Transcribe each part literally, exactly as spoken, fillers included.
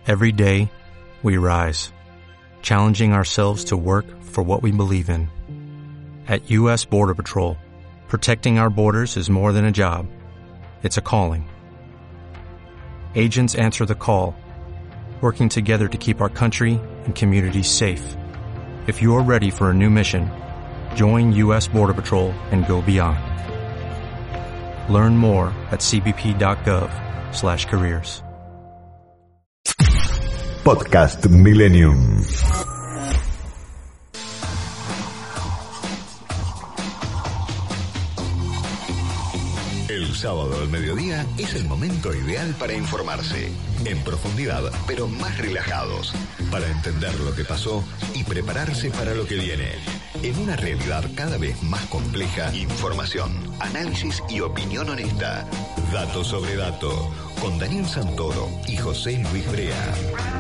Every day, we rise, challenging ourselves to work for what we believe in. At U S Border Patrol, protecting our borders is more than a job. It's a calling. Agents answer the call, working together to keep our country and communities safe. If you are ready for a new mission, join U S Border Patrol and go beyond. Learn more at cbp.gov slash careers. Podcast Millennium. El sábado al mediodía es el momento ideal para informarse, en profundidad, pero más relajados, para entender lo que pasó y prepararse para lo que viene. En una realidad cada vez más compleja, información, análisis y opinión honesta. Dato sobre dato, con Daniel Santoro y José Luis Brea.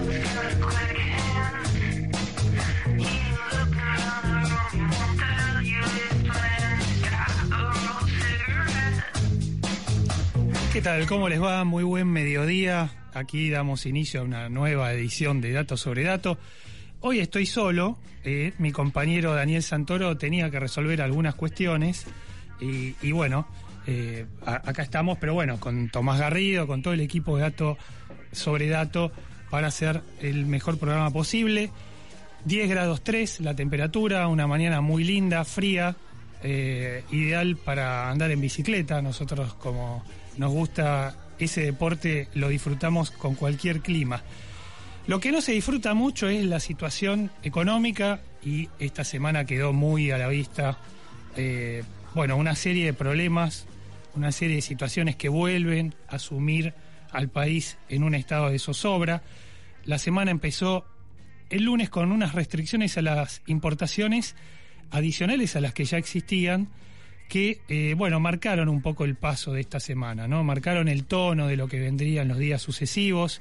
¿Qué tal? ¿Cómo les va? Muy buen mediodía. Aquí damos inicio a una nueva edición de Dato sobre Dato. Hoy estoy solo. Eh, mi compañero Daniel Santoro tenía que resolver algunas cuestiones. Y, y bueno, eh, a, acá estamos, pero bueno, con Tomás Garrido, con todo el equipo de Dato sobre Dato, para hacer el mejor programa posible. diez grados tres la temperatura, una mañana muy linda, fría, eh, ideal para andar en bicicleta. Nosotros, como nos gusta ese deporte, lo disfrutamos con cualquier clima. Lo que no se disfruta mucho es la situación económica, y esta semana quedó muy a la vista, eh, bueno, una serie de problemas, una serie de situaciones que vuelven a sumir al país en un estado de zozobra. La semana empezó el lunes con unas restricciones a las importaciones adicionales a las que ya existían, que, eh, bueno, marcaron un poco el paso de esta semana, ¿no? Marcaron el tono de lo que vendría en los días sucesivos,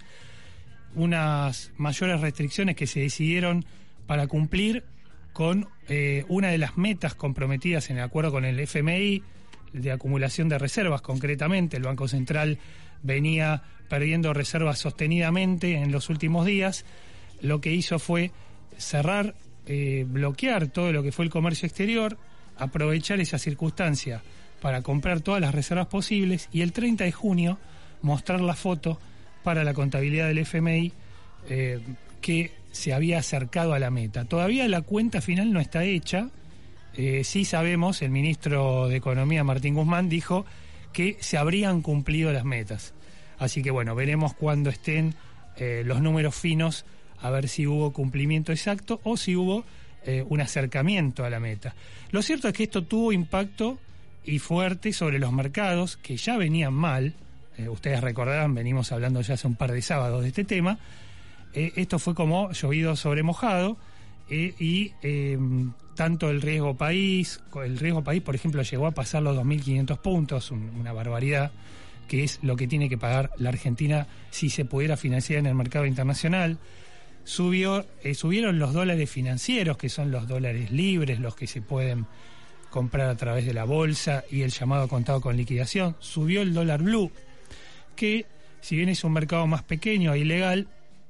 unas mayores restricciones que se decidieron para cumplir con eh, una de las metas comprometidas en el acuerdo con el F M I, de acumulación de reservas concretamente. El Banco Central venía perdiendo reservas sostenidamente en los últimos días. Lo que hizo fue cerrar, eh, bloquear todo lo que fue el comercio exterior, aprovechar esa circunstancia para comprar todas las reservas posibles, y el treinta de junio mostrar la foto para la contabilidad del F M I, eh, que se había acercado a la meta. Todavía la cuenta final no está hecha. Eh, sí sabemos, el ministro de Economía, Martín Guzmán, dijo que se habrían cumplido las metas. Así que bueno, veremos cuando estén eh, los números finos, a ver si hubo cumplimiento exacto o si hubo Eh, un acercamiento a la meta. Lo cierto es que esto tuvo impacto y fuerte sobre los mercados, que ya venían mal. Eh, ustedes recordarán, venimos hablando ya hace un par de sábados de este tema. Eh, esto fue como llovido sobre mojado, eh, y eh, tanto el riesgo país, el riesgo país, por ejemplo, llegó a pasar los dos mil quinientos puntos, un, una barbaridad, que es lo que tiene que pagar la Argentina si se pudiera financiar en el mercado internacional. Subió, eh, subieron los dólares financieros, que son los dólares libres, los que se pueden comprar a través de la bolsa, y el llamado contado con liquidación. Subió el dólar blue, que si bien es un mercado más pequeño e ilegal,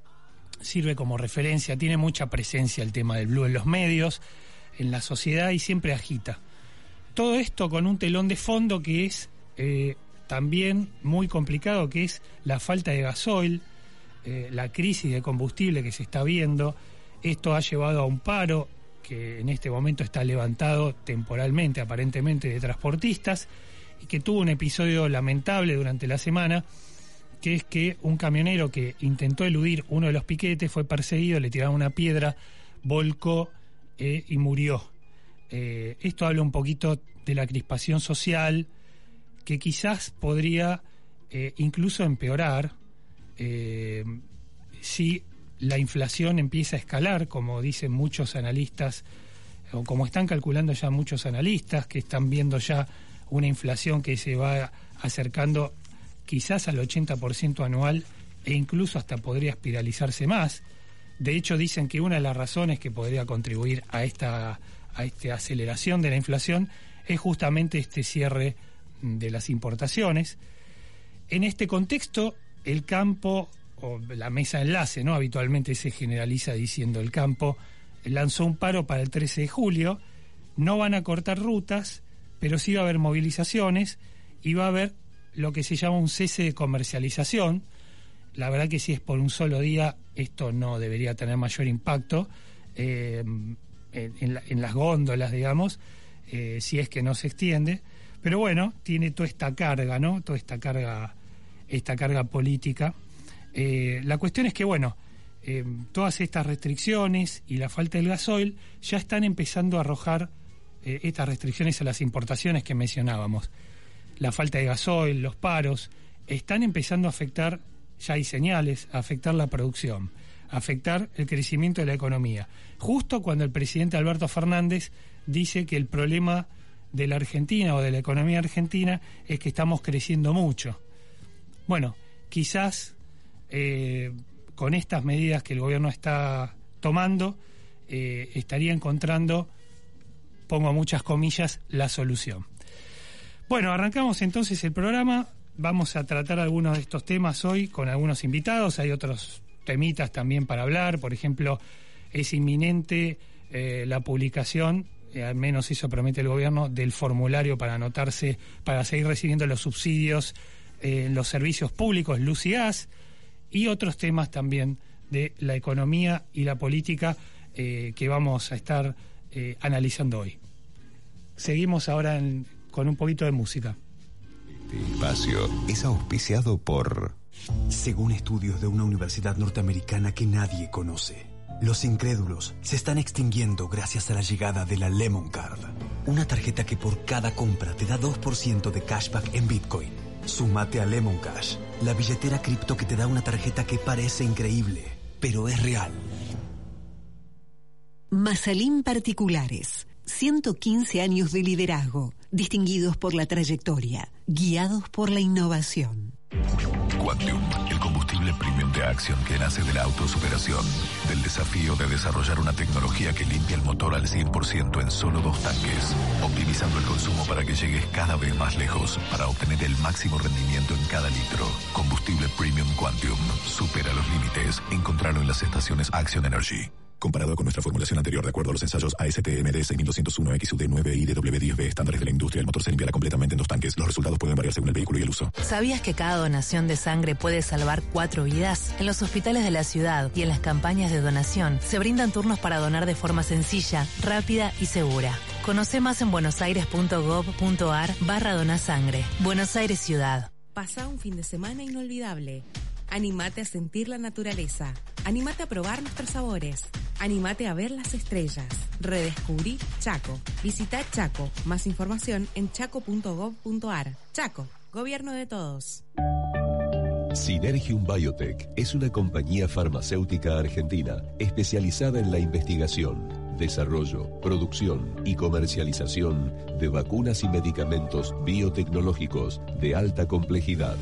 sirve como referencia, tiene mucha presencia el tema del blue en los medios, en la sociedad, y siempre agita. Todo esto con un telón de fondo que es eh, también muy complicado, que es la falta de gasoil, Eh, la crisis de combustible que se está viendo. Esto ha llevado a un paro que en este momento está levantado temporalmente, aparentemente, de transportistas, y que tuvo un episodio lamentable durante la semana, que es que un camionero que intentó eludir uno de los piquetes fue perseguido, le tiraron una piedra, volcó eh, y murió. Eh, esto habla un poquito de la crispación social, que quizás podría eh, incluso empeorar Eh, si la inflación empieza a escalar, como dicen muchos analistas, o como están calculando ya muchos analistas, que están viendo ya una inflación que se va acercando quizás al ochenta por ciento anual, e incluso hasta podría espiralizarse más. De hecho, dicen que una de las razones que podría contribuir a esta, a esta aceleración de la inflación es justamente este cierre de las importaciones. En este contexto, el campo o la mesa de enlace, ¿no? Habitualmente se generaliza diciendo el campo, lanzó un paro para el trece de julio. No van a cortar rutas, pero sí va a haber movilizaciones y va a haber lo que se llama un cese de comercialización. La verdad que si es por un solo día, esto no debería tener mayor impacto eh, en, en, la, en las góndolas, digamos, eh, si es que no se extiende. Pero bueno, tiene toda esta carga, ¿no? Toda esta carga, esta carga política. Eh, la cuestión es que, bueno, eh, todas estas restricciones y la falta del gasoil ya están empezando a arrojar eh, estas restricciones a las importaciones que mencionábamos. La falta de gasoil, los paros, están empezando a afectar, ya hay señales, a afectar la producción, a afectar el crecimiento de la economía. Justo cuando el presidente Alberto Fernández dice que el problema de la Argentina o de la economía argentina es que estamos creciendo mucho. Bueno, quizás eh, con estas medidas que el gobierno está tomando, eh, estaría encontrando, pongo muchas comillas, la solución. Bueno, arrancamos entonces el programa. Vamos a tratar algunos de estos temas hoy con algunos invitados. Hay otros temitas también para hablar. Por ejemplo, es inminente eh, la publicación, eh, al menos eso promete el gobierno, del formulario para anotarse, para seguir recibiendo los subsidios eh, en los servicios públicos, luz y gas, y otros temas también de la economía y la política eh, que vamos a estar eh, analizando hoy. Seguimos ahora en, con un poquito de música. Este espacio es auspiciado por... Según estudios de una universidad norteamericana que nadie conoce, los incrédulos se están extinguiendo gracias a la llegada de la Lemon Card, una tarjeta que por cada compra te da dos por ciento de cashback en Bitcoin. Súmate a Lemon Cash, la billetera cripto que te da una tarjeta que parece increíble, pero es real. Mazalín Particulares. ciento quince años de liderazgo, distinguidos por la trayectoria, guiados por la innovación. Quantium, el combustible premium de Axion que nace de la autosuperación, del desafío de desarrollar una tecnología que limpia el motor al cien por ciento en solo dos tanques, optimizando el consumo para que llegues cada vez más lejos, para obtener el máximo rendimiento en cada litro. Combustible premium Quantium, supera los límites. Encontralo en las estaciones Axion Energy. Comparado con nuestra formulación anterior, de acuerdo a los ensayos A S T M D seis mil doscientos uno X U D nueve y D W diez B estándares de la industria, el motor se limpiará completamente en dos tanques. Los resultados pueden variar según el vehículo y el uso. ¿Sabías que cada donación de sangre puede salvar cuatro vidas? En los hospitales de la ciudad y en las campañas de donación se brindan turnos para donar de forma sencilla, rápida y segura. Conoce más en buenosaires.gov.ar barra donasangre. Buenos Aires Ciudad. Pasa un fin de semana inolvidable. Anímate a sentir la naturaleza. Anímate a probar nuestros sabores. Anímate a ver las estrellas. Redescubrí Chaco. Visita Chaco. Más información en chaco punto gov punto ar. Chaco, gobierno de todos. Synergium Biotech es una compañía farmacéutica argentina especializada en la investigación, desarrollo, producción y comercialización de vacunas y medicamentos biotecnológicos de alta complejidad.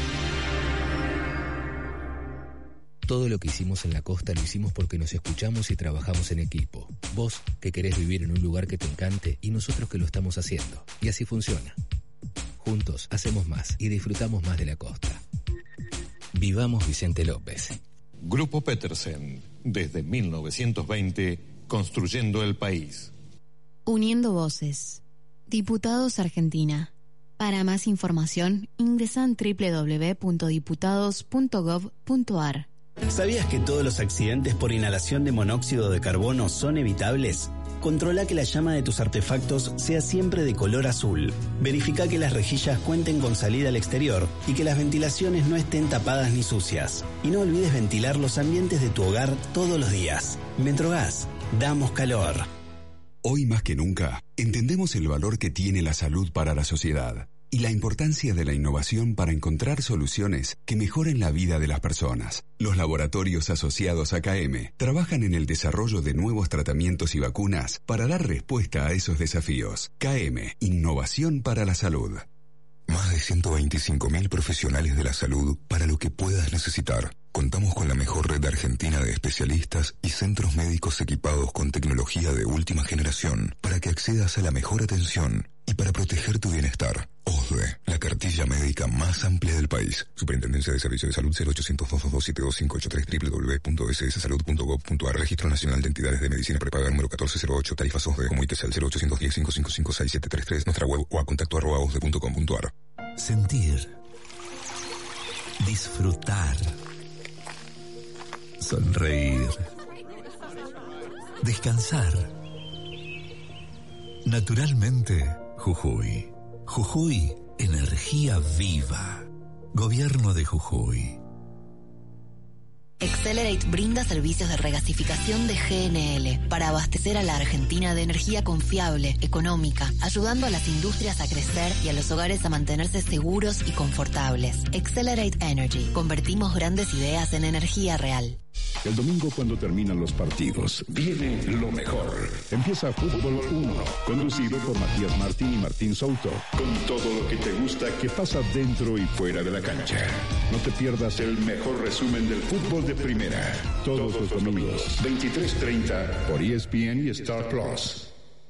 Todo lo que hicimos en la costa lo hicimos porque nos escuchamos y trabajamos en equipo. Vos, que querés vivir en un lugar que te encante, y nosotros que lo estamos haciendo. Y así funciona. Juntos hacemos más y disfrutamos más de la costa. Vivamos Vicente López. Grupo Petersen, desde mil novecientos veinte, construyendo el país. Uniendo voces. Diputados Argentina. Para más información, ingresan doble u doble u doble u punto diputados punto gov punto ar. ¿Sabías que todos los accidentes por inhalación de monóxido de carbono son evitables? Controla que la llama de tus artefactos sea siempre de color azul. Verifica que las rejillas cuenten con salida al exterior y que las ventilaciones no estén tapadas ni sucias. Y no olvides ventilar los ambientes de tu hogar todos los días. Metrogas, damos calor. Hoy más que nunca, entendemos el valor que tiene la salud para la sociedad y la importancia de la innovación para encontrar soluciones que mejoren la vida de las personas. Los laboratorios asociados a K M trabajan en el desarrollo de nuevos tratamientos y vacunas para dar respuesta a esos desafíos. K M, innovación para la salud. Más de ciento veinticinco mil profesionales de la salud para lo que puedas necesitar. Contamos con la mejor red argentina de especialistas y centros médicos equipados con tecnología de última generación para que accedas a la mejor atención y para proteger tu bienestar. OSDE, la cartilla médica más amplia del país. Superintendencia de Servicios de Salud cero ochocientos, dos dos dos, siete dos cinco ocho tres, doble u doble u doble u punto s s salud punto gov punto a r. Registro Nacional de Entidades de Medicina Prepaga número catorce cero ocho, tarifas OSDE. Comuníquese al cero ochocientos diez, cinco cinco cinco, seis siete tres tres, nuestra web o a contacto arroba osde punto com punto a r. Sentir. Disfrutar. Sonreír. Descansar. Naturalmente, Jujuy. Jujuy, energía viva. Gobierno de Jujuy. Accelerate brinda servicios de regasificación de G N L para abastecer a la Argentina de energía confiable, económica, ayudando a las industrias a crecer y a los hogares a mantenerse seguros y confortables. Accelerate Energy. Convertimos grandes ideas en energía real. El domingo, cuando terminan los partidos, viene lo mejor. Empieza Fútbol uno, conducido por Matías Martín y Martín Souto, con todo lo que te gusta que pasa dentro y fuera de la cancha. No te pierdas el mejor resumen del fútbol de primera, todos los domingos, veintitrés treinta, por E S P N y Star Plus.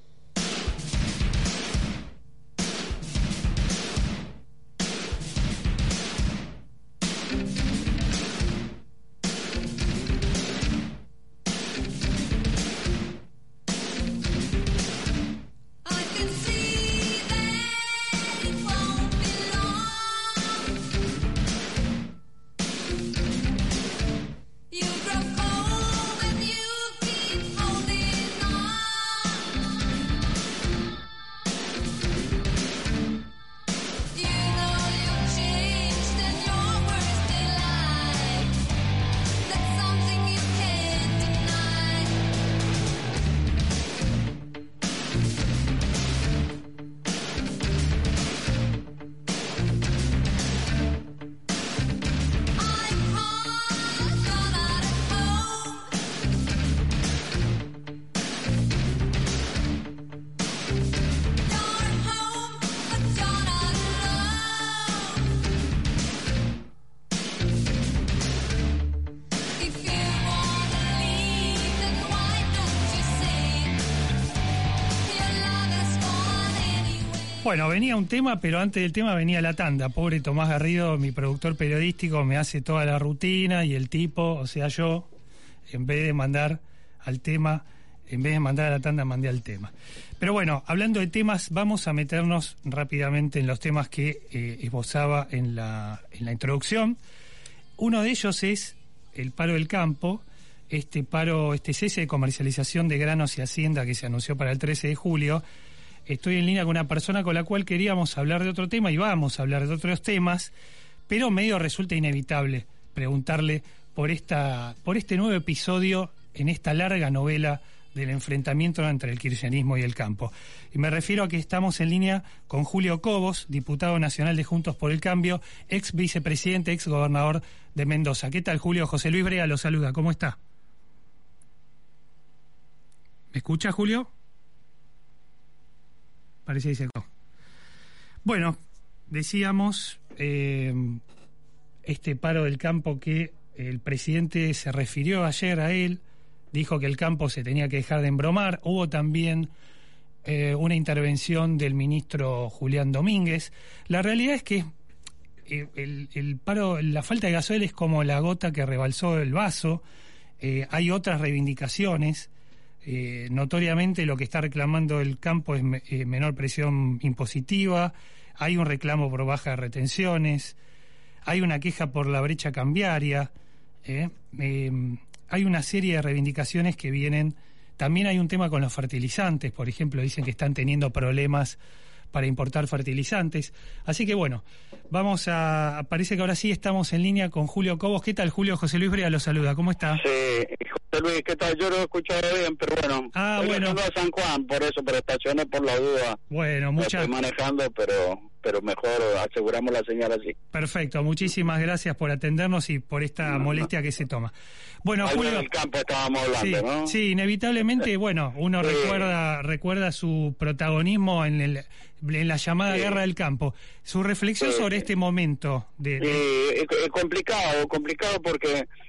Bueno, venía un tema, pero antes del tema venía la tanda. Pobre Tomás Garrido, mi productor periodístico, me hace toda la rutina y el tipo, o sea, yo, en vez de mandar al tema, en vez de mandar a la tanda, mandé al tema. Pero bueno, hablando de temas, vamos a meternos rápidamente en los temas que eh, esbozaba en la, en la introducción. Uno de ellos es el paro del campo, este paro, este cese de comercialización de granos y hacienda que se anunció para el trece de julio. Estoy en línea con una persona con la cual queríamos hablar de otro tema y vamos a hablar de otros temas, pero medio resulta inevitable preguntarle por esta, por este nuevo episodio en esta larga novela del enfrentamiento entre el kirchnerismo y el campo. Y me refiero a que estamos en línea con Julio Cobos, diputado nacional de Juntos por el Cambio, ex vicepresidente, ex gobernador de Mendoza. ¿Qué tal, Julio? José Luis Brea lo saluda. ¿Cómo está? ¿Me escucha, Julio? Parece que se acabó. Bueno, decíamos eh, este paro del campo que el presidente se refirió ayer a él, dijo que el campo se tenía que dejar de embromar. Hubo también eh, una intervención del ministro Julián Domínguez. La realidad es que eh, el, el paro, la falta de gasoil es como la gota que rebalsó el vaso. Eh, hay otras reivindicaciones. Eh, notoriamente lo que está reclamando el campo es me, eh, menor presión impositiva, hay un reclamo por baja de retenciones, hay una queja por la brecha cambiaria, eh, eh, hay una serie de reivindicaciones que vienen. También hay un tema con los fertilizantes, por ejemplo, dicen que están teniendo problemas para importar fertilizantes. Así que bueno, vamos a... Parece que ahora sí estamos en línea con Julio Cobos. ¿Qué tal, Julio? José Luis Brea lo saluda. ¿Cómo está? Sí, José Luis, ¿qué tal? Yo lo he escuchado bien, pero bueno. Ah, bueno. Estoy a San Juan, por eso, pero estacioné por la duda. Bueno, muchas... Estoy manejando, pero... pero mejor aseguramos la señal así. Perfecto, muchísimas gracias por atendernos y por esta no, molestia no. que se toma. Bueno, Algo Julio, del campo estábamos hablando, sí, ¿no? Sí, inevitablemente, bueno, uno sí. recuerda recuerda su protagonismo en, el, en la llamada sí. guerra del campo. Su reflexión sí. sobre este momento. de, de... Sí, es, es complicado, complicado porque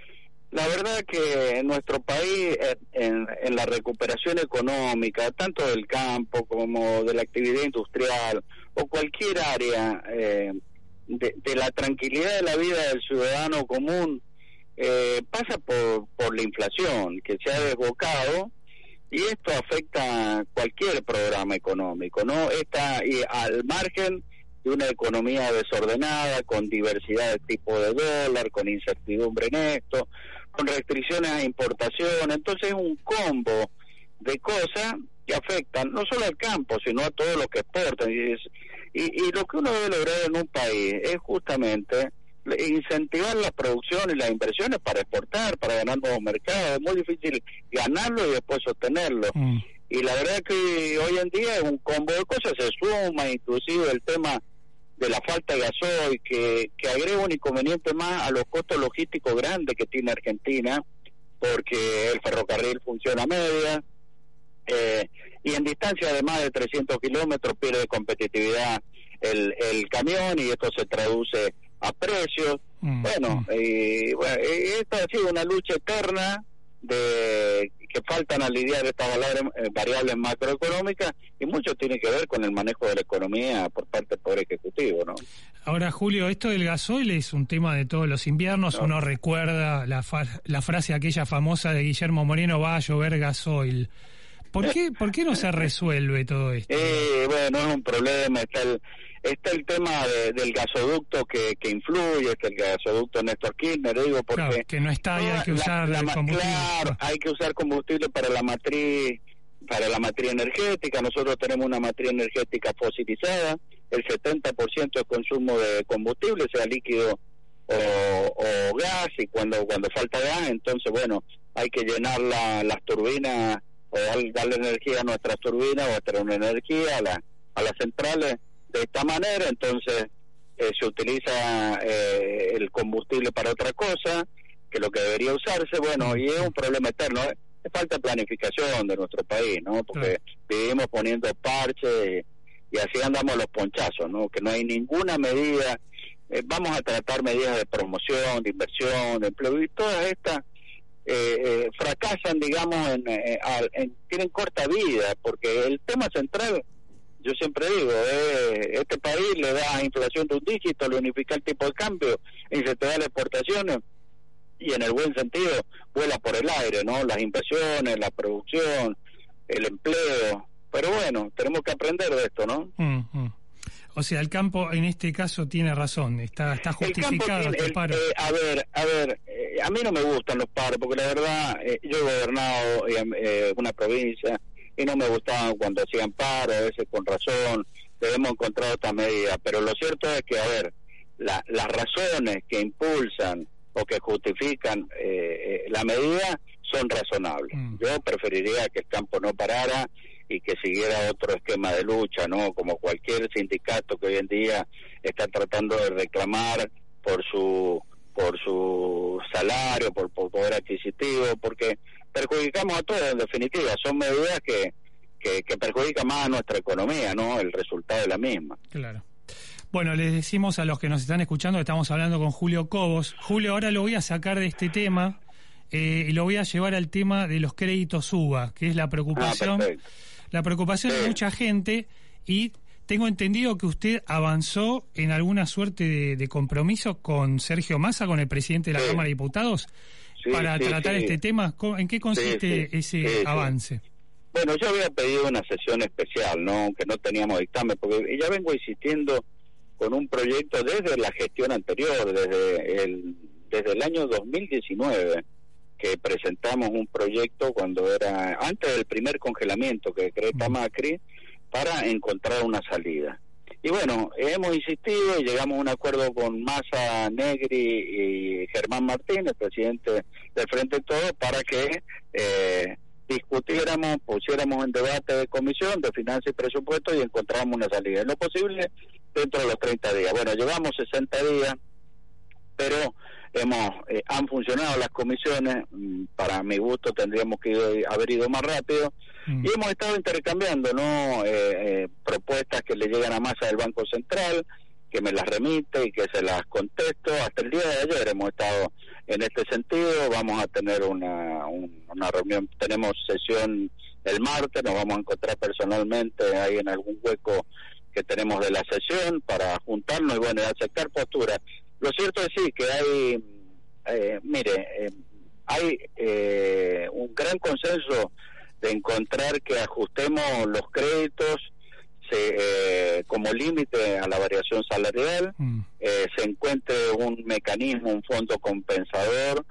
La verdad que en nuestro país, en, en la recuperación económica, tanto del campo como de la actividad industrial o cualquier área eh, de, de la tranquilidad de la vida del ciudadano común, eh, pasa por, por la inflación que se ha desbocado, y esto afecta cualquier programa económico, ¿no? Está y al margen de una economía desordenada, con diversidad de tipo de dólar, con incertidumbre en esto, con restricciones a importación. Entonces es un combo de cosas que afectan no solo al campo, sino a todos los que exportan. Y, es, y, y lo que uno debe lograr en un país es justamente incentivar la producción y las inversiones para exportar, para ganar nuevos mercados. Es muy difícil ganarlo y después sostenerlo. Mm. Y la verdad que hoy en día es un combo de cosas, se suma inclusive el tema de la falta de gasoil, que, que agrega un inconveniente más a los costos logísticos grandes que tiene Argentina, porque el ferrocarril funciona a media, eh, y en distancia de más de trescientos kilómetros pierde competitividad el, el camión, y esto se traduce a precios. Mm, bueno, mm. Y, bueno, esta ha sido una lucha eterna de que faltan a lidiar estas variables macroeconómicas, y mucho tiene que ver con el manejo de la economía por parte del Poder Ejecutivo, ¿no? Ahora, Julio, esto del gasoil es un tema de todos los inviernos. No. Uno recuerda la, fa- la frase aquella famosa de Guillermo Moreno: va a llover gasoil. ¿Por qué, ¿por qué no se resuelve todo esto? Eh, bueno, es un problema. Está el está el tema de, del gasoducto que, que influye, que el gasoducto Néstor Kirchner, digo, porque... Claro, que no está y hay que usar la, la, combustible. Claro, hay que usar combustible para la matriz, para la matriz energética. Nosotros tenemos una matriz energética fosilizada, el setenta por ciento de consumo de combustible, sea líquido o, o gas, y cuando cuando falta gas, entonces, bueno, hay que llenar la, las turbinas, o darle energía a nuestras turbinas, o traer una energía a, la, a las centrales. De esta manera, entonces, eh, se utiliza eh, el combustible para otra cosa que lo que debería usarse. Bueno, y es un problema eterno. ¿eh? Es falta de planificación de nuestro país, ¿no? Porque sí. vivimos poniendo parches y, y así andamos los ponchazos, ¿no? Que no hay ninguna medida. Eh, vamos a tratar medidas de promoción, de inversión, de empleo, y todas estas eh, eh, fracasan, digamos, en, eh, en, tienen corta vida, porque el tema central... Yo siempre digo, eh, este país le da inflación de un dígito, le unifica el tipo de cambio, incentivar las exportaciones, y en el buen sentido vuela por el aire, ¿no? Las inversiones, la producción, el empleo. Pero bueno, tenemos que aprender de esto, ¿no? Mm, mm. O sea, el campo en este caso tiene razón, está está justificado este paro. Eh, a ver, a ver, eh, a mí no me gustan los paros, porque la verdad, eh, yo he gobernado eh, una provincia, y no me gustaban cuando hacían paro, a veces con razón, debemos encontrar otras medidas, pero lo cierto es que, a ver, la, las razones que impulsan o que justifican eh, la medida son razonables. Mm. Yo preferiría que el campo no parara y que siguiera otro esquema de lucha, ¿no? Como cualquier sindicato que hoy en día está tratando de reclamar por su por su salario, por, por poder adquisitivo, porque perjudicamos a todos, en definitiva. Son medidas que, que, que perjudican más a nuestra economía, ¿no? El resultado de la misma. Claro. Bueno, les decimos a los que nos están escuchando que estamos hablando con Julio Cobos. Julio, ahora lo voy a sacar de este tema eh, y lo voy a llevar al tema de los créditos U B A, que es la preocupación, ah, la preocupación sí. de mucha gente, y tengo entendido que usted avanzó en alguna suerte de, de compromiso con Sergio Massa, con el presidente de la sí. Cámara de Diputados, sí, para sí, tratar sí. este tema. ¿En qué consiste sí, sí, ese sí, avance? Sí. Bueno, yo había pedido una sesión especial, ¿no? Que no teníamos dictamen, porque ya vengo insistiendo con un proyecto desde la gestión anterior, desde el desde el año dos mil diecinueve, que presentamos un proyecto cuando era antes del primer congelamiento que decreta Macri, para encontrar una salida. Y bueno, hemos insistido y llegamos a un acuerdo con Massa, Negri y Germán Martínez, presidente del Frente de Todos, para que eh, discutiéramos, pusiéramos en debate de comisión de finanzas y presupuesto y encontráramos una salida. Es lo posible dentro de los treinta días. Bueno, llevamos sesenta días, pero hemos eh, han funcionado las comisiones. Para mi gusto tendríamos que ir, haber ido más rápido, mm. y hemos estado intercambiando, ¿no? Eh, eh, propuestas que le llegan a Massa del Banco Central, que me las remite y que se las contesto. Hasta el día de ayer hemos estado en este sentido. Vamos a tener una, un, una reunión, tenemos sesión el martes, nos vamos a encontrar personalmente ahí en algún hueco que tenemos de la sesión para juntarnos y bueno, aceptar posturas. Lo cierto es sí que hay, eh, mire, eh, hay eh, un gran consenso de encontrar que ajustemos los créditos se, eh, como límite a la variación salarial, mm. eh, se encuentre un mecanismo, un fondo compensador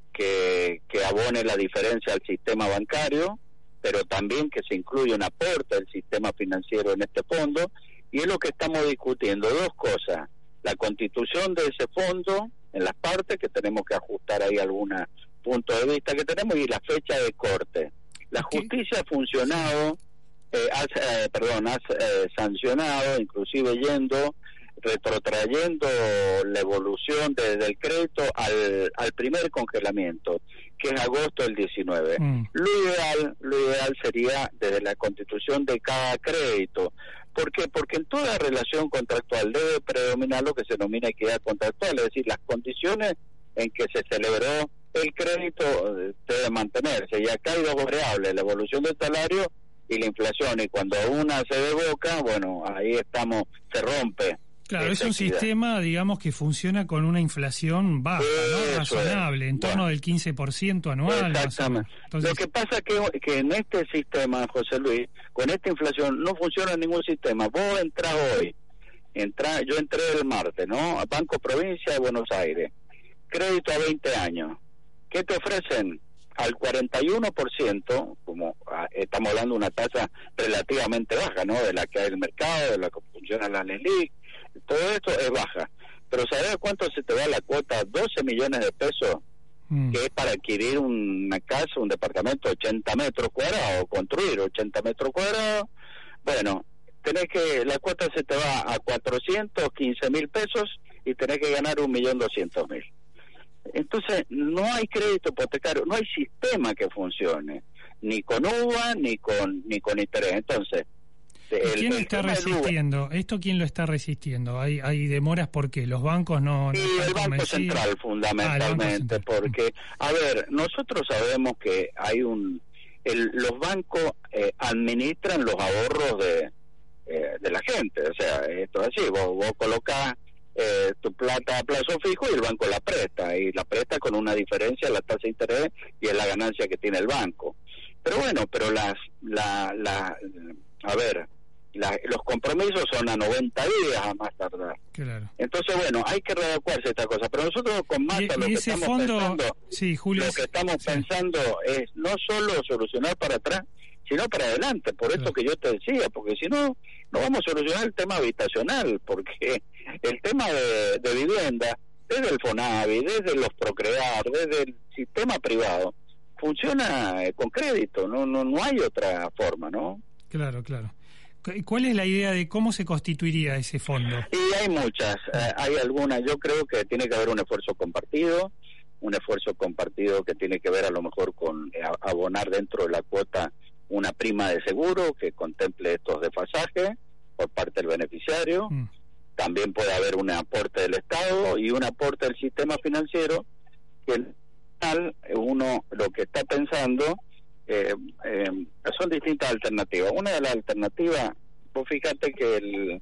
que, que abone la diferencia al sistema bancario, pero también que se incluya un aporte del sistema financiero en este fondo, y es lo que estamos discutiendo, dos cosas: la constitución de ese fondo en las partes, que tenemos que ajustar ahí algunos puntos de vista que tenemos, y la fecha de corte. La justicia ha funcionado, eh, ha, eh, perdón, ha eh, sancionado, inclusive yendo, retrotrayendo la evolución de, del crédito al, al primer congelamiento, que es agosto del diecinueve. Mm. Lo ideal, lo ideal sería desde la constitución de cada crédito. ¿Por qué? Porque en toda relación contractual debe predominar lo que se denomina equidad contractual, es decir, las condiciones en que se celebró el crédito debe mantenerse, y acá hay dos variables, la evolución del salario y la inflación, y cuando una se desboca, bueno, ahí estamos, se rompe. Claro, es un equidad. Sistema, digamos, que funciona con una inflación baja, ¿no? Razonable, es. en torno bueno. del quince por ciento anual. Exactamente. Entonces... Lo que pasa es que, que en este sistema, José Luis, con esta inflación no funciona ningún sistema. Vos entrás hoy, entrá, yo entré el martes, ¿no? A Banco Provincia de Buenos Aires, crédito a veinte años. ¿Qué te ofrecen? Al cuarenta y uno por ciento, como ah, estamos hablando de una tasa relativamente baja, ¿no? De la que hay el mercado, de la que funciona la LELIC, todo esto es baja. Pero ¿sabes cuánto se te va la cuota? doce millones de pesos, mm. que es para adquirir una casa, un departamento de ochenta metros cuadrados, construir ochenta metros cuadrados. Bueno, tenés que, la cuota se te va a cuatrocientos quince mil pesos y tenés que ganar un millón doscientos mil. Entonces, no hay crédito hipotecario, no hay sistema que funcione, ni con U V A, ni con ni con interés. Entonces, el, ¿quién lo está resistiendo? ¿Esto quién lo está resistiendo? ¿Hay hay demoras porque los bancos no...? no y el Banco convencidos? Central, fundamentalmente, ah, Banco Central. Porque, a ver, nosotros sabemos que hay un... El, los bancos eh, administran los ahorros de, eh, de la gente, o sea, esto es así, vos, vos colocás Eh, tu plata a plazo fijo y el banco la presta, y la presta con una diferencia, la tasa de interés, y es la ganancia que tiene el banco. Pero bueno, pero las, la, la, a ver, la, los compromisos son a noventa días a más tardar. Claro. Entonces, bueno, hay que readecuarse a esta cosa, pero nosotros con Massa lo que estamos fondo... pensando, sí, Julio, lo que estamos sí. pensando es no solo solucionar para atrás, sino para adelante, por esto que yo te decía, porque si no, no vamos a solucionar el tema habitacional, porque el tema de, de vivienda, desde el FONAVI, desde los Procrear, desde el sistema privado, funciona con crédito, no no no hay otra forma, ¿no? Claro, claro. ¿Cuál es la idea de cómo se constituiría ese fondo? Y hay muchas, eh, hay algunas, yo creo que tiene que haber un esfuerzo compartido, un esfuerzo compartido que tiene que ver a lo mejor con eh, abonar dentro de la cuota una prima de seguro que contemple estos desfasajes por parte del beneficiario. Mm. También puede haber un aporte del Estado y un aporte del sistema financiero, que al final uno lo que está pensando eh, eh, son distintas alternativas. Una de las alternativas, pues fíjate que el,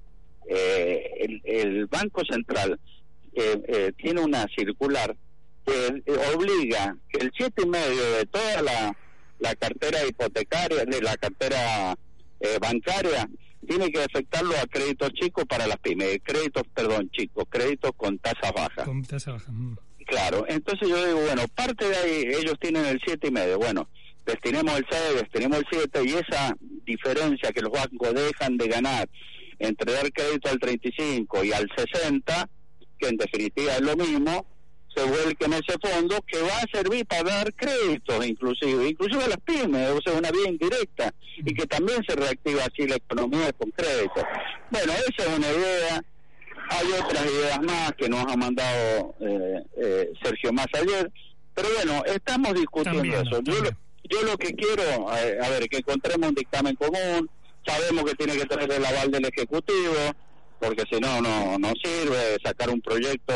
eh, el, el Banco Central eh, eh, tiene una circular que eh, obliga que el siete y medio de toda la la cartera hipotecaria, de la cartera eh, bancaria, tiene que afectarlo a créditos chicos para las pymes, créditos, perdón, chicos, créditos con tasas bajas. Con tasas bajas. Mm. Claro, entonces yo digo, bueno, parte de ahí, ellos tienen el siete y medio, bueno, destinemos el seis, destinemos el siete, y esa diferencia que los bancos dejan de ganar entre dar crédito al treinta y cinco y al sesenta, que en definitiva es lo mismo, se vuelque en ese fondo que va a servir para dar créditos inclusive, inclusive a las pymes, o sea, una vía indirecta, y que también se reactiva así la economía con créditos. Bueno, esa es una idea. Hay otras ideas más que nos ha mandado eh, eh, Sergio Massa ayer, pero bueno, estamos discutiendo también, eso. Yo lo, yo lo que quiero, eh, a ver, que encontremos un dictamen común. Sabemos que tiene que tener el aval del Ejecutivo, porque si no, no no sirve sacar un proyecto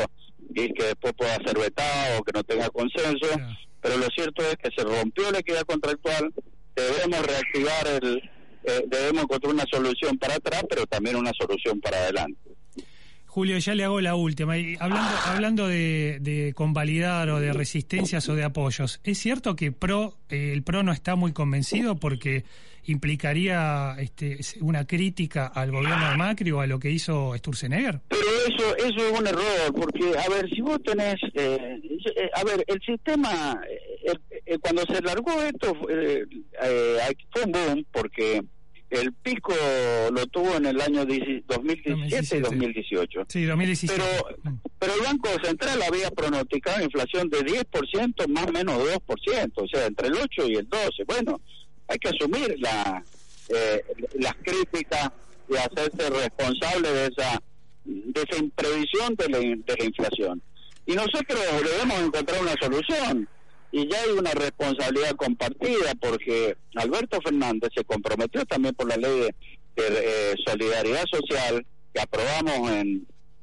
y que después pueda ser vetado o que no tenga consenso, yeah. Pero lo cierto es que se rompió la equidad contractual, debemos reactivar el, eh, debemos encontrar una solución para atrás, pero también una solución para adelante. Julio, ya le hago la última. Y hablando, hablando de, de convalidar o de resistencias o de apoyos, ¿es cierto que PRO, eh, el PRO no está muy convencido porque implicaría este, una crítica al gobierno de Macri o a lo que hizo Sturzenegger? Pero eso eso es un error, porque, a ver, si vos tenés... Eh, eh, a ver, el sistema, eh, eh, cuando se largó esto, eh, eh, fue un boom, porque... El pico lo tuvo en el año dos mil diecisiete y dos mil dieciocho. Sí, dos mil diecisiete. Pero, pero el Banco Central había pronosticado inflación de diez por ciento más o menos dos por ciento, o sea, entre el ocho y el doce. Bueno, hay que asumir la, eh, las críticas y hacerse responsable de esa de esa imprevisión de la, de la inflación. Y nosotros debemos encontrar una solución. Y ya hay una responsabilidad compartida, porque Alberto Fernández se comprometió también por la ley de, de eh, solidaridad social que aprobamos en,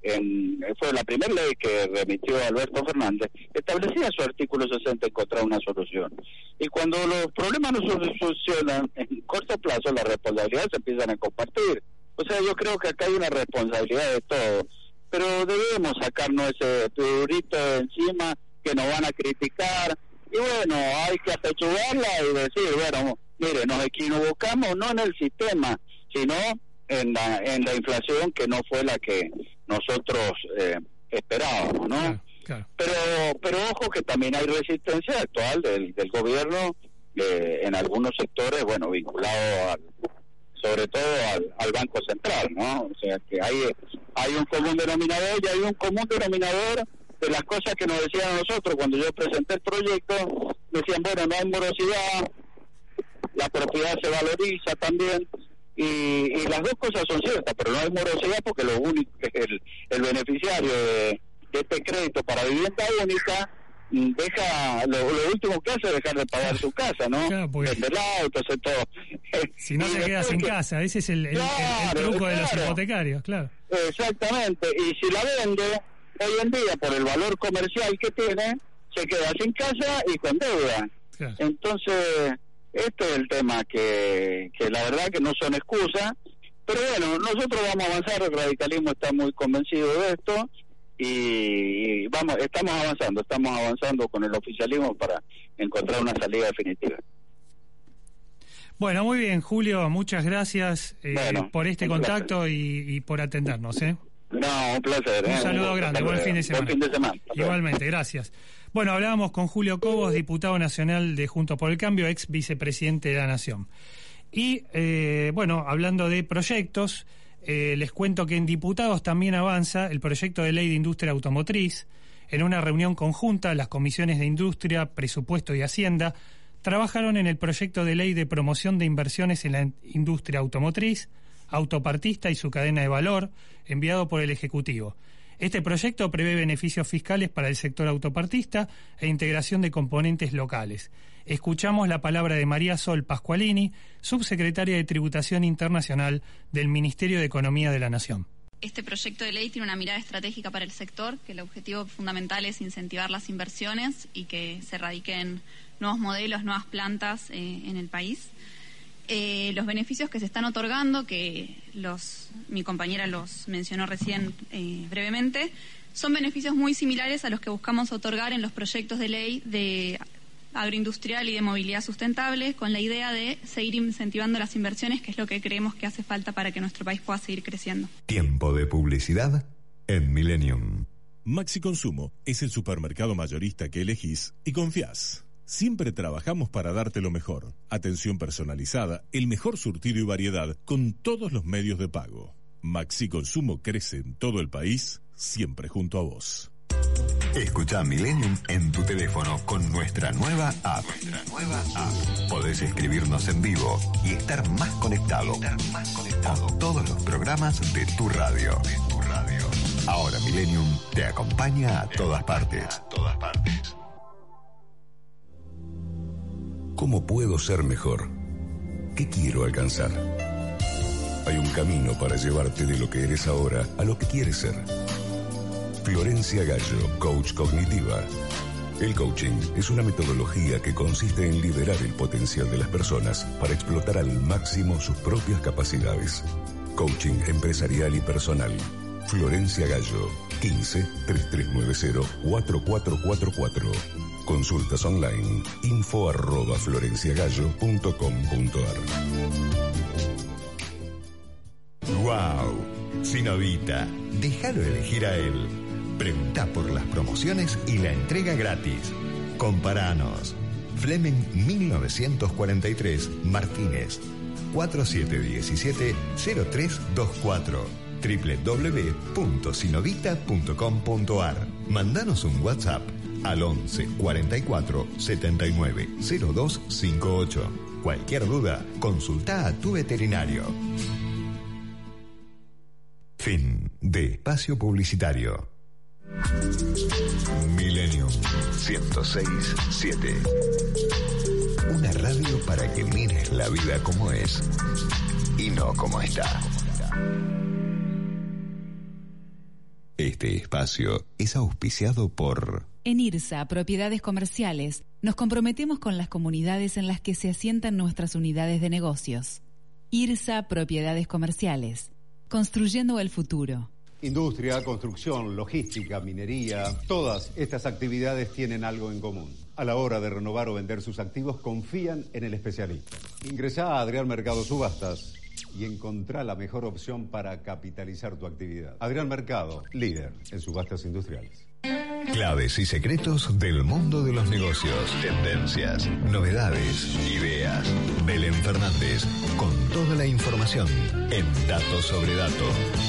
en fue la primera ley que remitió Alberto Fernández, establecía su artículo sesenta encontrar una solución. Y cuando los problemas no se solucionan en corto plazo, las responsabilidades se empiezan a compartir. O sea, yo creo que acá hay una responsabilidad de todos, pero debemos sacarnos ese durito de encima que nos van a criticar. Y bueno, hay que apechugarla y decir, bueno, mire, nos equivocamos no en el sistema, sino en la en la inflación que no fue la que nosotros eh, esperábamos, ¿no? Claro, claro. Pero pero ojo que también hay resistencia actual del, del gobierno eh, en algunos sectores, bueno, vinculado al, sobre todo al, al Banco Central, ¿no? O sea que hay, hay un común denominador y hay un común denominador de las cosas que nos decían a nosotros cuando yo presenté el proyecto. Decían, bueno, no hay morosidad, la propiedad se valoriza también, y, y las dos cosas son ciertas, pero no hay morosidad porque lo único que el, el beneficiario de, de este crédito para vivienda única deja, lo, lo último que hace es dejar de pagar su casa, ¿no? Claro, pues, vender autos, todo. Si no se queda sin que, casa, ese es el, el, claro, el, el truco claro, de los hipotecarios, claro. Exactamente, y si la vende hoy en día por el valor comercial que tiene, se queda sin casa y con deuda. Claro. Entonces, este es el tema que, que la verdad que no son excusas, pero bueno, nosotros vamos a avanzar, el radicalismo está muy convencido de esto y, y vamos, estamos avanzando, estamos avanzando con el oficialismo para encontrar una salida definitiva. Bueno, muy bien, Julio, muchas gracias eh, bueno, por este contacto y, y por atendernos, ¿eh? No, un placer. Un ¿eh? saludo un grande, buen fin de semana. Buen fin de semana. Igualmente, gracias. Bueno, hablábamos con Julio Cobos, diputado nacional de Juntos por el Cambio, ex vicepresidente de la Nación. Y, eh, bueno, hablando de proyectos, eh, les cuento que en diputados también avanza el proyecto de ley de industria automotriz. En una reunión conjunta, las comisiones de Industria, Presupuesto y Hacienda trabajaron en el proyecto de ley de promoción de inversiones en la industria automotriz, autopartista y su cadena de valor, enviado por el Ejecutivo. Este proyecto prevé beneficios fiscales para el sector autopartista e integración de componentes locales. Escuchamos la palabra de María Sol Pascualini, subsecretaria de Tributación Internacional del Ministerio de Economía de la Nación. Este proyecto de ley tiene una mirada estratégica para el sector, que el objetivo fundamental es incentivar las inversiones y que se radiquen nuevos modelos, nuevas plantas eh, en el país. Eh, los beneficios que se están otorgando, que los mi compañera los mencionó recién eh, brevemente, son beneficios muy similares a los que buscamos otorgar en los proyectos de ley de agroindustrial y de movilidad sustentable, con la idea de seguir incentivando las inversiones, que es lo que creemos que hace falta para que nuestro país pueda seguir creciendo. Tiempo de publicidad en Millennium. Maxi Consumo es el supermercado mayorista que elegís y confías. Siempre trabajamos para darte lo mejor. Atención personalizada, el mejor surtido y variedad con todos los medios de pago. Maxi Consumo crece en todo el país, siempre junto a vos. Escucha Millennium en tu teléfono con nuestra nueva app. Nuestra nueva app. Podés escribirnos en vivo y estar más conectado. Estar más conectado. Con todos los programas de tu radio. De tu radio. Ahora Millennium te acompaña a todas partes. A todas partes. ¿Cómo puedo ser mejor? ¿Qué quiero alcanzar? Hay un camino para llevarte de lo que eres ahora a lo que quieres ser. Florencia Gallo, coach cognitiva. El coaching es una metodología que consiste en liberar el potencial de las personas para explotar al máximo sus propias capacidades. Coaching empresarial y personal. Florencia Gallo, quince, treinta y tres noventa, cuarenta y cuatro cuarenta y cuatro. Consultas online, info arroba florenciagallo punto com punto ar. ¡Wow! Sinovita, déjalo elegir a él. Pregunta por las promociones y la entrega gratis. Comparanos. Fleming mil novecientos cuarenta y tres, Martínez. cuatro siete uno siete cero tres dos cuatro. doble u doble u doble u punto sinovita punto com punto ar. Mandanos un WhatsApp al once cuarenta y cuatro setenta y nueve cero dos cincuenta y ocho. Cualquier duda, consulta a tu veterinario. Fin de espacio publicitario. Millennium ciento seis punto siete. Una radio para que mires la vida como es y no como está. Este espacio es auspiciado por... En IRSA, Propiedades Comerciales, nos comprometemos con las comunidades en las que se asientan nuestras unidades de negocios. IRSA, Propiedades Comerciales, construyendo el futuro. Industria, construcción, logística, minería, todas estas actividades tienen algo en común. A la hora de renovar o vender sus activos, confían en el especialista. Ingresá a Adrián Mercado Subastas y encontrá la mejor opción para capitalizar tu actividad. Adrián Mercado, líder en subastas industriales. Claves y secretos del mundo de los negocios, tendencias, novedades, ideas. Belén Fernández, con toda la información en Datos sobre Datos.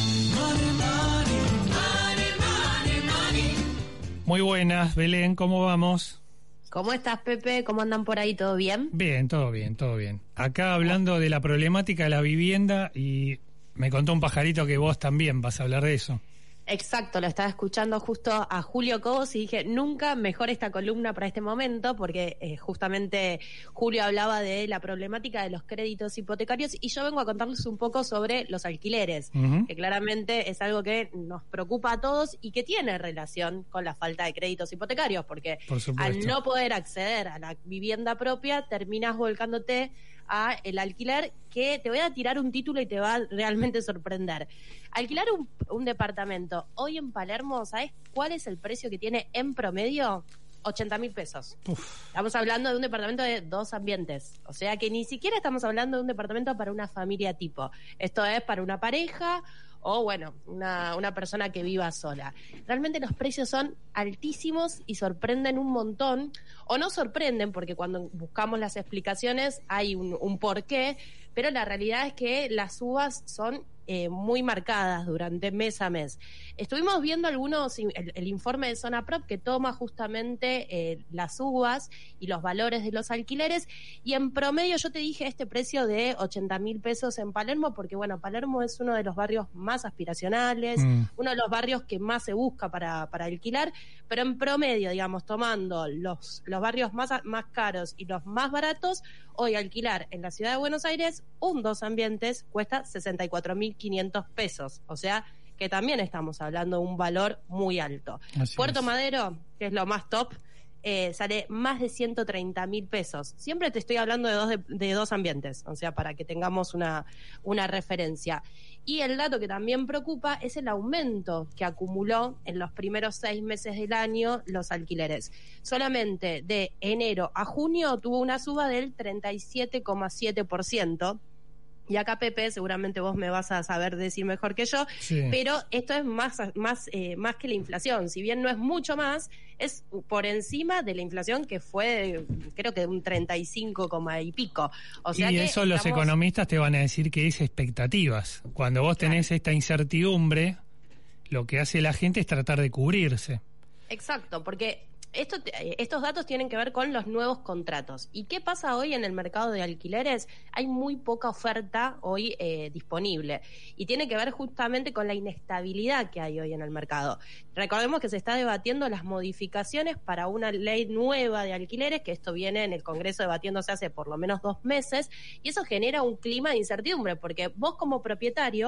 Muy buenas, Belén, ¿cómo vamos? ¿Cómo estás, Pepe? ¿Cómo andan por ahí? ¿Todo bien? Bien, todo bien, todo bien. Acá hablando de la problemática de la vivienda y me contó un pajarito que vos también vas a hablar de eso. Exacto, lo estaba escuchando justo a Julio Cobos y dije, nunca mejor esta columna para este momento, porque eh, justamente Julio hablaba de la problemática de los créditos hipotecarios y yo vengo a contarles un poco sobre los alquileres, uh-huh. que claramente es algo que nos preocupa a todos y que tiene relación con la falta de créditos hipotecarios, porque al no poder acceder a la vivienda propia, terminas volcándote a el alquiler, que te voy a tirar un título y te va a realmente sorprender. Alquilar un, un departamento hoy en Palermo, ¿sabes cuál es el precio que tiene en promedio? ochenta mil pesos. Uf. Estamos hablando de un departamento de dos ambientes. O sea que ni siquiera estamos hablando de un departamento para una familia tipo. Esto es para una pareja o, bueno, una, una persona que viva sola. Realmente los precios son altísimos y sorprenden un montón. O no sorprenden, porque cuando buscamos las explicaciones hay un, un porqué, pero la realidad es que las subas son eh, muy marcadas durante mes a mes. Estuvimos viendo algunos, el, el informe de Zona Prop que toma justamente eh, las subas y los valores de los alquileres, y en promedio yo te dije este precio de ochenta mil pesos en Palermo, porque bueno, Palermo es uno de los barrios más aspiracionales, mm. uno de los barrios que más se busca para, para alquilar, pero en promedio, digamos, tomando los, los barrios más, más caros y los más baratos, hoy alquilar en la ciudad de Buenos Aires un dos ambientes cuesta sesenta y cuatro mil quinientos pesos, o sea que también estamos hablando de un valor muy alto. Así Puerto es. Madero, que es lo más top, eh, sale más de ciento treinta mil pesos. Siempre te estoy hablando de dos, de, de dos ambientes, o sea, para que tengamos una, una referencia. Y el dato que también preocupa es el aumento que acumuló en los primeros seis meses del año los alquileres. Solamente de enero a junio tuvo una suba del treinta y siete coma siete por ciento. Y acá, Pepe, seguramente vos me vas a saber decir mejor que yo, sí. pero esto es más más eh, más que la inflación. Si bien no es mucho más, es por encima de la inflación, que fue, creo que un treinta y cinco, y pico. O sea y que eso estamos... los economistas te van a decir que es expectativas. Cuando vos tenés claro. esta incertidumbre, lo que hace la gente es tratar de cubrirse. Exacto, porque... Esto, estos datos tienen que ver con los nuevos contratos. ¿Y qué pasa hoy en el mercado de alquileres? Hay muy poca oferta hoy eh, disponible. Y tiene que ver justamente con la inestabilidad que hay hoy en el mercado. Recordemos que se está debatiendo las modificaciones para una ley nueva de alquileres, que esto viene en el Congreso debatiéndose hace por lo menos dos meses, y eso genera un clima de incertidumbre, porque vos como propietario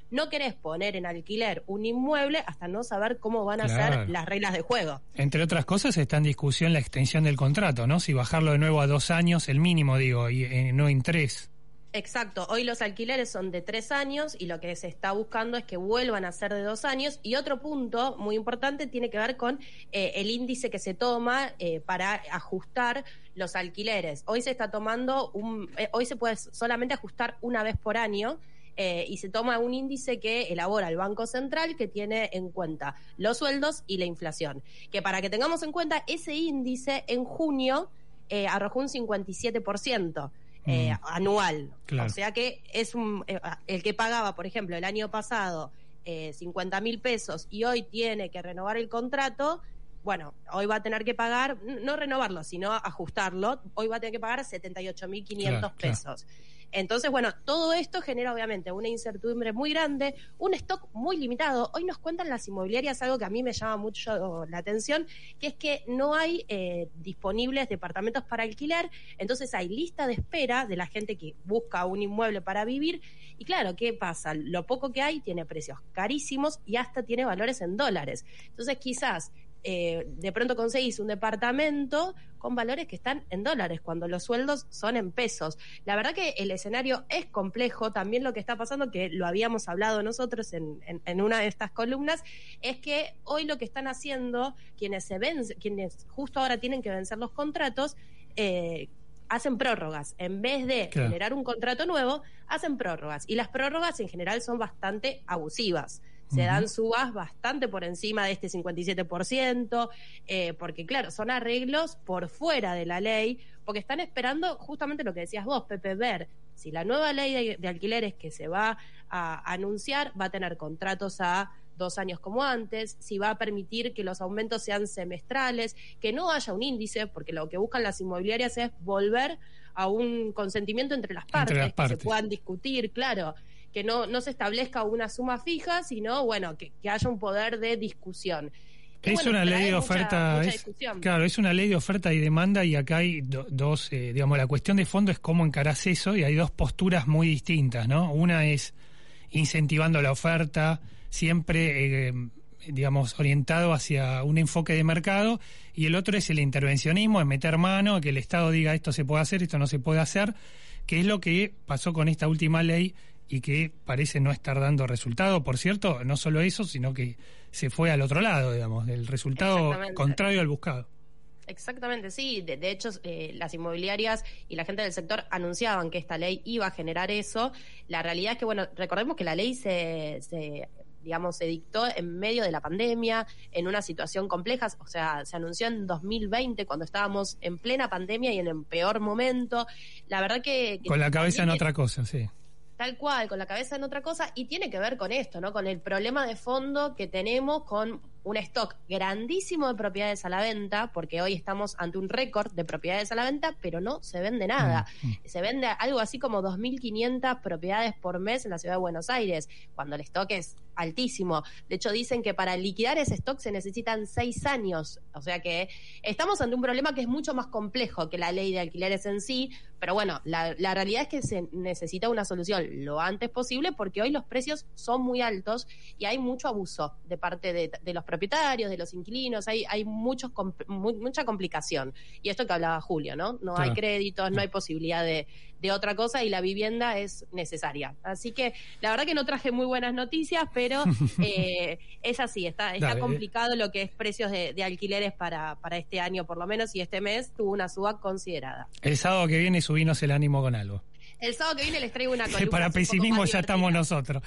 no querés poner en alquiler un inmueble hasta no saber cómo van a Claro. ser las reglas de juego. Entre otras cosas está en discusión la extensión del contrato, ¿no? Si bajarlo de nuevo a dos años, el mínimo, digo, y eh, no en tres. Exacto, hoy los alquileres son de tres años y lo que se está buscando es que vuelvan a ser de dos años. Y otro punto muy importante tiene que ver con eh, el índice que se toma eh, para ajustar los alquileres. Hoy se está tomando, un, eh, hoy se puede solamente ajustar una vez por año. Eh, y se toma un índice que elabora el Banco Central que tiene en cuenta los sueldos y la inflación. Que para que tengamos en cuenta, ese índice en junio eh, arrojó un cincuenta y siete por ciento eh, mm. anual. Claro. O sea que es un, eh, el que pagaba, por ejemplo, el año pasado eh, cincuenta mil pesos y hoy tiene que renovar el contrato. Bueno, hoy va a tener que pagar, no renovarlo, sino ajustarlo. Hoy va a tener que pagar setenta y ocho mil quinientos Claro, pesos. Entonces, bueno, todo esto genera obviamente una incertidumbre muy grande, un stock muy limitado. Hoy nos cuentan las inmobiliarias algo que a mí me llama mucho la atención, que es que no hay eh, disponibles departamentos para alquiler, entonces hay lista de espera de la gente que busca un inmueble para vivir. Y claro, ¿qué pasa? Lo poco que hay tiene precios carísimos y hasta tiene valores en dólares. Entonces, quizás Eh, de pronto conseguís un departamento con valores que están en dólares cuando los sueldos son en pesos. La verdad que el escenario es complejo. También lo que está pasando, que lo habíamos hablado nosotros en, en, en una de estas columnas, es que hoy lo que están haciendo quienes se ven, quienes justo ahora tienen que vencer los contratos, eh, hacen prórrogas. En vez de Claro. generar un contrato nuevo, hacen prórrogas. Y las prórrogas en general son bastante abusivas. Se dan subas bastante por encima de este cincuenta y siete por ciento, eh, porque claro, son arreglos por fuera de la ley, porque están esperando justamente lo que decías vos, Pepe, ver si la nueva ley de, de alquileres que se va a anunciar va a tener contratos a dos años como antes, si va a permitir que los aumentos sean semestrales, que no haya un índice, porque lo que buscan las inmobiliarias es volver a un consentimiento entre las partes, Entre las partes. que se puedan discutir, claro, que no, no se establezca una suma fija, sino, bueno, que, que haya un poder de discusión. Y, Es bueno, una ley trae de mucha- oferta, mucha es- discusión. claro, es una ley de oferta y demanda y acá hay do- dos, eh, digamos, la cuestión de fondo es cómo encarás eso y hay dos posturas muy distintas, ¿no? Una es incentivando la oferta, siempre, eh, digamos, orientado hacia un enfoque de mercado, y el otro es el intervencionismo, es meter mano, que el Estado diga esto se puede hacer, esto no se puede hacer, que es lo que pasó con esta última ley y que parece no estar dando resultado. Por cierto, no solo eso, sino que se fue al otro lado, digamos, del resultado Exactamente. contrario al buscado. Exactamente, sí. De, de hecho, eh, las inmobiliarias y la gente del sector anunciaban que esta ley iba a generar eso. La realidad es que, bueno, recordemos que la ley se, se digamos, se dictó en medio de la pandemia, en una situación compleja. O sea, se anunció en dos mil veinte, cuando estábamos en plena pandemia y en el peor momento. La verdad que... que Con la cabeza en también- otra cosa, sí. Tal cual, con la cabeza en otra cosa, y tiene que ver con esto, ¿no? Con el problema de fondo que tenemos con un stock grandísimo de propiedades a la venta, porque hoy estamos ante un récord de propiedades a la venta, pero no se vende nada. Mm, Se vende algo así como dos mil quinientas propiedades por mes en la ciudad de Buenos Aires, cuando el stock es altísimo. De hecho, dicen que para liquidar ese stock se necesitan seis años. O sea que estamos ante un problema que es mucho más complejo que la ley de alquileres en sí, pero bueno, la, la realidad es que se necesita una solución lo antes posible, porque hoy los precios son muy altos y hay mucho abuso de parte de, de los propietarios, de los inquilinos, hay, hay muchos compl- mu- mucha complicación. Y esto que hablaba Julio, ¿no? No Claro. hay créditos, no hay posibilidad de, de otra cosa, y la vivienda es necesaria. Así que la verdad que no traje muy buenas noticias, pero eh, es así, está, está Dale. complicado lo que es precios de, de alquileres para, para este año por lo menos, y este mes tuvo una suba considerada. El sábado que viene subinos el ánimo con algo. El sábado que viene les traigo una Que columna. para un poco pesimismo más ya divertida. estamos nosotros.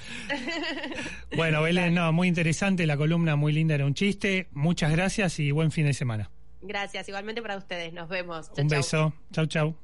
Bueno, Belén, no, muy interesante la columna, muy linda, era un chiste. Muchas gracias y buen fin de semana. Gracias, igualmente para ustedes. Nos vemos. Chau, Un chau. beso. Chau, chau.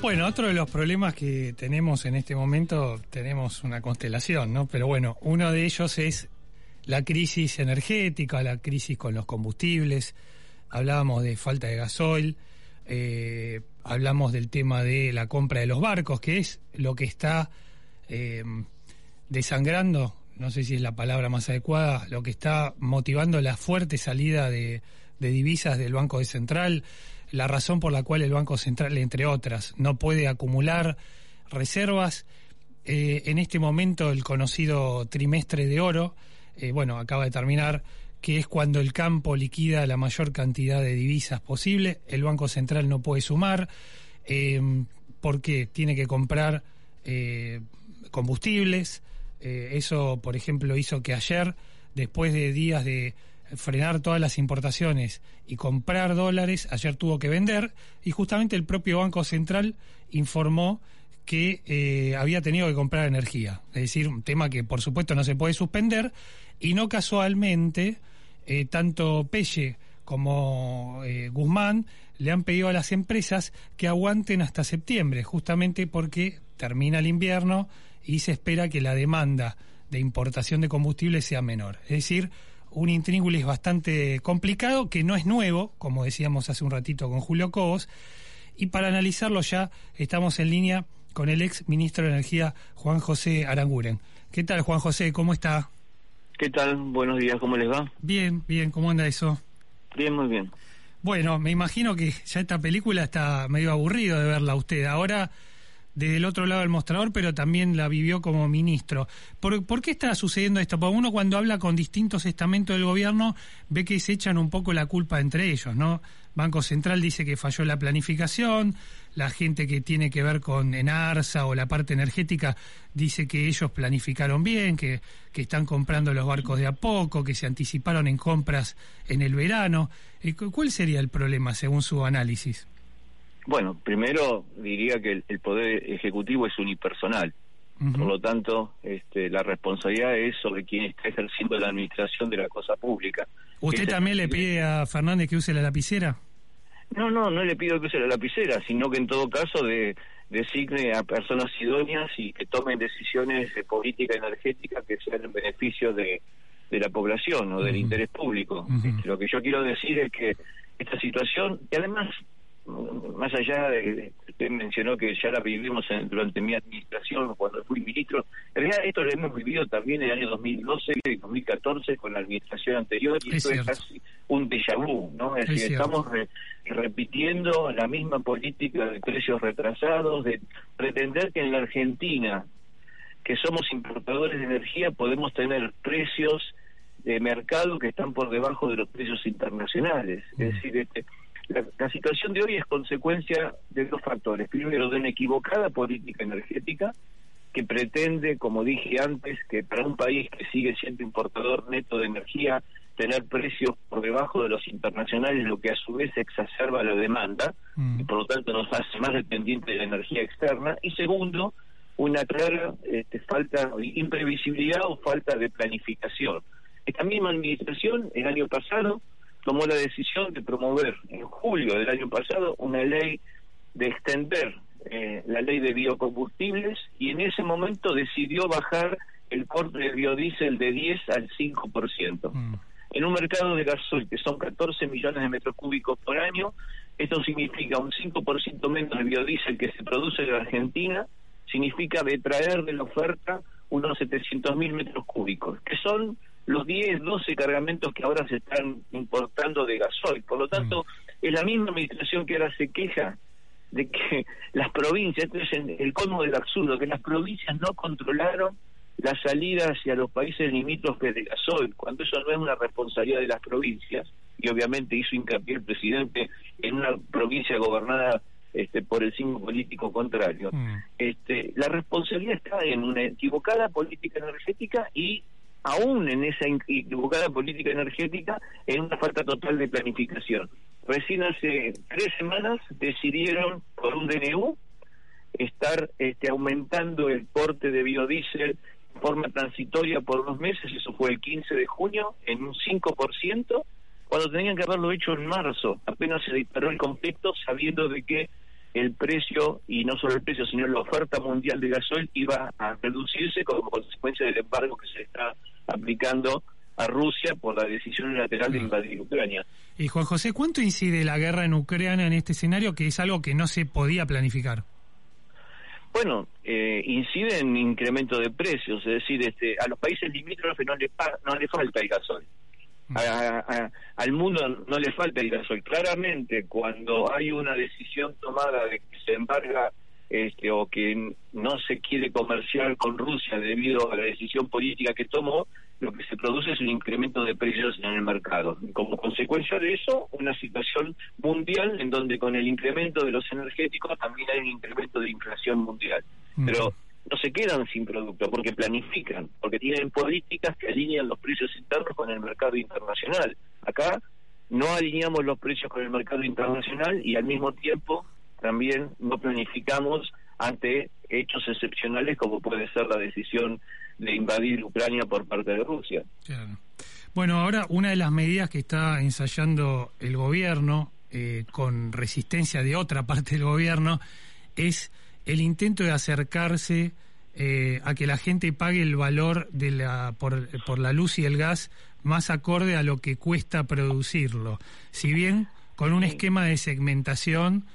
Bueno, otro de los problemas que tenemos en este momento, tenemos una constelación, ¿no? Pero bueno, uno de ellos es la crisis energética, la crisis con los combustibles. Hablábamos de falta de gasoil, eh, hablamos del tema de la compra de los barcos, que es lo que está eh, desangrando, no sé si es la palabra más adecuada, lo que está motivando la fuerte salida de, de divisas del Banco Central, la razón por la cual el Banco Central, entre otras, no puede acumular reservas. Eh, en este momento el conocido trimestre de oro, eh, bueno, acaba de terminar, que es cuando el campo liquida la mayor cantidad de divisas posible. El Banco Central no puede sumar, eh, porque tiene que comprar eh, combustibles. Eh, eso, por ejemplo, hizo que ayer, después de días de frenar todas las importaciones y comprar dólares, ayer tuvo que vender, y justamente el propio Banco Central informó que eh, había tenido que comprar energía. Es decir, un tema que por supuesto no se puede suspender, y no casualmente eh, tanto Pelle como eh, Guzmán le han pedido a las empresas que aguanten hasta septiembre, justamente porque termina el invierno y se espera que la demanda de importación de combustible sea menor. Es decir, un intríngulis bastante complicado, que no es nuevo, como decíamos hace un ratito con Julio Cobos, y para analizarlo ya estamos en línea con el ex ministro de Energía, Juan José Aranguren. ¿Qué tal, Juan José? ¿Cómo está? ¿Qué tal? Buenos días, ¿cómo les va? Bien, bien, ¿cómo anda eso? Bien, muy bien. Bueno, me imagino que ya esta película está medio aburrido de verla usted. Ahora desde el otro lado del mostrador, pero también la vivió como ministro. ¿Por, ¿por qué está sucediendo esto? Porque uno, cuando habla con distintos estamentos del gobierno, ve que se echan un poco la culpa entre ellos, ¿no? Banco Central dice que falló la planificación, la gente que tiene que ver con ENARSA o la parte energética dice que ellos planificaron bien, que, que están comprando los barcos de a poco, que se anticiparon en compras en el verano. ¿Cuál sería el problema según su análisis? Bueno, primero diría que el, el poder ejecutivo es unipersonal. Uh-huh. Por lo tanto, este, la responsabilidad es sobre quien está ejerciendo la administración de la cosa pública. ¿Usted también le pide a Fernández que use la lapicera? No, no, no le pido que use la lapicera, sino que en todo caso de, designe a personas idóneas y que tomen decisiones de política energética que sean en beneficio de, de la población o del uh-huh. interés público. Uh-huh. Este, lo que yo quiero decir es que esta situación, y además, más allá de, usted mencionó que ya la vivimos en, durante mi administración cuando fui ministro, en realidad esto lo hemos vivido también en el año dos mil doce y dos mil catorce con la administración anterior, y es esto es casi un déjà vu, ¿no? Es, es decir, cierto. Estamos re, repitiendo la misma política de precios retrasados, de pretender que en la Argentina, que somos importadores de energía, podemos tener precios de mercado que están por debajo de los precios internacionales. Mm. Es decir, este La, la situación de hoy es consecuencia de dos factores. Primero, de una equivocada política energética que pretende, como dije antes, que para un país que sigue siendo importador neto de energía, tener precios por debajo de los internacionales, lo que a su vez exacerba la demanda mm. y por lo tanto nos hace más dependientes de la energía externa. Y segundo, una clara este, falta, imprevisibilidad o falta de planificación. Esta misma administración, el año pasado, tomó la decisión de promover en julio del año pasado una ley de extender eh, la ley de biocombustibles, y en ese momento decidió bajar el corte de biodiesel de diez al cinco por ciento. Mm. En un mercado de gasoil que son catorce millones de metros cúbicos por año, esto significa un cinco por ciento menos de biodiesel que se produce en la Argentina, significa detraer de la oferta unos setecientos mil metros cúbicos, que son los diez, doce cargamentos que ahora se están importando de gasoil. Por lo tanto, mm. es la misma administración que ahora se queja de que las provincias, esto es el colmo del absurdo, que las provincias no controlaron la salida hacia los países limítrofes de gasoil, cuando eso no es una responsabilidad de las provincias, y obviamente hizo hincapié el presidente en una provincia gobernada este, por el signo político contrario. Mm. Este, la responsabilidad está en una equivocada política energética y aún en esa equivocada política energética, en una falta total de planificación. Recién hace tres semanas decidieron, por un D N U, estar este, aumentando el porte de biodiesel de forma transitoria por unos meses, eso fue el quince de junio, en un cinco por ciento, cuando tenían que haberlo hecho en marzo. Apenas se disparó el conflicto, sabiendo de que el precio, y no solo el precio, sino la oferta mundial de gasoil iba a reducirse como consecuencia del embargo que se está aplicando a Rusia por la decisión unilateral de invadir Ucrania. Y Juan José, ¿cuánto incide la guerra en Ucrania en este escenario, que es algo que no se podía planificar? Bueno, eh, incide en incremento de precios, es decir, este, a los países limítrofes no les no le falta el gasoil. A, a, al mundo no le falta el gasoil. Claramente, cuando hay una decisión tomada de que se embarga este, o que no se quiere comerciar con Rusia debido a la decisión política que tomó, lo que se produce es un incremento de precios en el mercado. Como consecuencia de eso, una situación mundial en donde con el incremento de los energéticos también hay un incremento de inflación mundial. Pero no se quedan sin producto porque planifican, porque tienen políticas que alinean los precios internos con el mercado internacional. Acá no alineamos los precios con el mercado internacional y al mismo tiempo también no planificamos ante hechos excepcionales como puede ser la decisión de invadir Ucrania por parte de Rusia. Claro. Bueno, ahora una de las medidas que está ensayando el gobierno, eh, con resistencia de otra parte del gobierno, es el intento de acercarse eh, a que la gente pague el valor de la por, por la luz y el gas más acorde a lo que cuesta producirlo. Si bien con un esquema de segmentación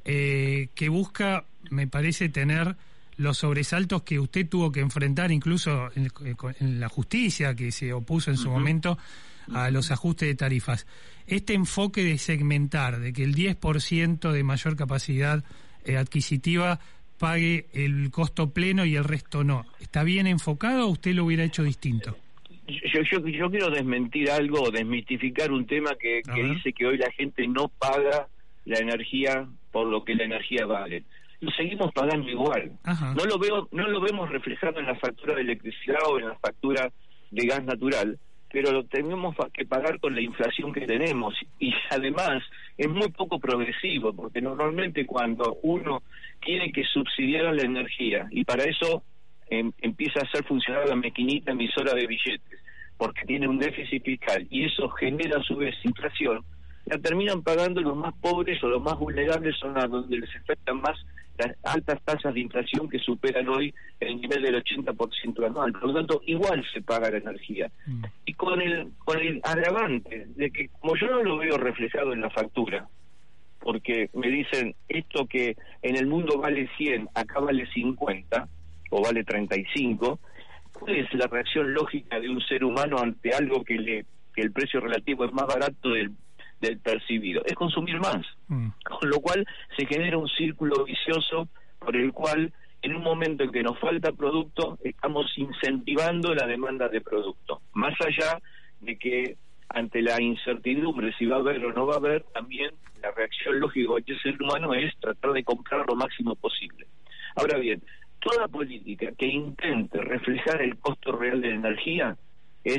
eh, que busca, me parece, tener los sobresaltos que usted tuvo que enfrentar incluso en, en la justicia, que se opuso en su uh-huh. momento a los ajustes de tarifas. Este enfoque de segmentar, de que el diez por ciento de mayor capacidad eh, adquisitiva pague el costo pleno y el resto no, ¿está bien enfocado o usted lo hubiera hecho distinto? Yo, yo, yo quiero desmentir algo o desmitificar un tema que, que dice que hoy la gente no paga la energía por lo que la energía vale. Lo seguimos pagando igual. Ajá. No lo veo, no lo vemos reflejado en la factura de electricidad o en la factura de gas natural, pero lo tenemos que pagar con la inflación que tenemos. Y además es muy poco progresivo, porque normalmente cuando uno tiene que subsidiar la energía, y para eso eh, empieza a hacer funcionar la maquinita emisora de billetes, porque tiene un déficit fiscal, y eso genera a su vez inflación, la terminan pagando los más pobres o los más vulnerables, son a donde les afectan más las altas tasas de inflación que superan hoy el nivel del ochenta por ciento anual. Por lo tanto, igual se paga la energía. Mm. Y con el con el agravante de que, como yo no lo veo reflejado en la factura, porque me dicen esto que en el mundo vale cien, acá vale cincuenta, o vale treinta y cinco, ¿cuál es la reacción lógica de un ser humano ante algo que le que el precio relativo es más barato del del percibido? Es consumir más, mm. con lo cual se genera un círculo vicioso por el cual en un momento en que nos falta producto estamos incentivando la demanda de producto, más allá de que ante la incertidumbre si va a haber o no va a haber, también la reacción lógica del ser humano es tratar de comprar lo máximo posible. Ahora bien, toda política que intente reflejar el costo real de la energía es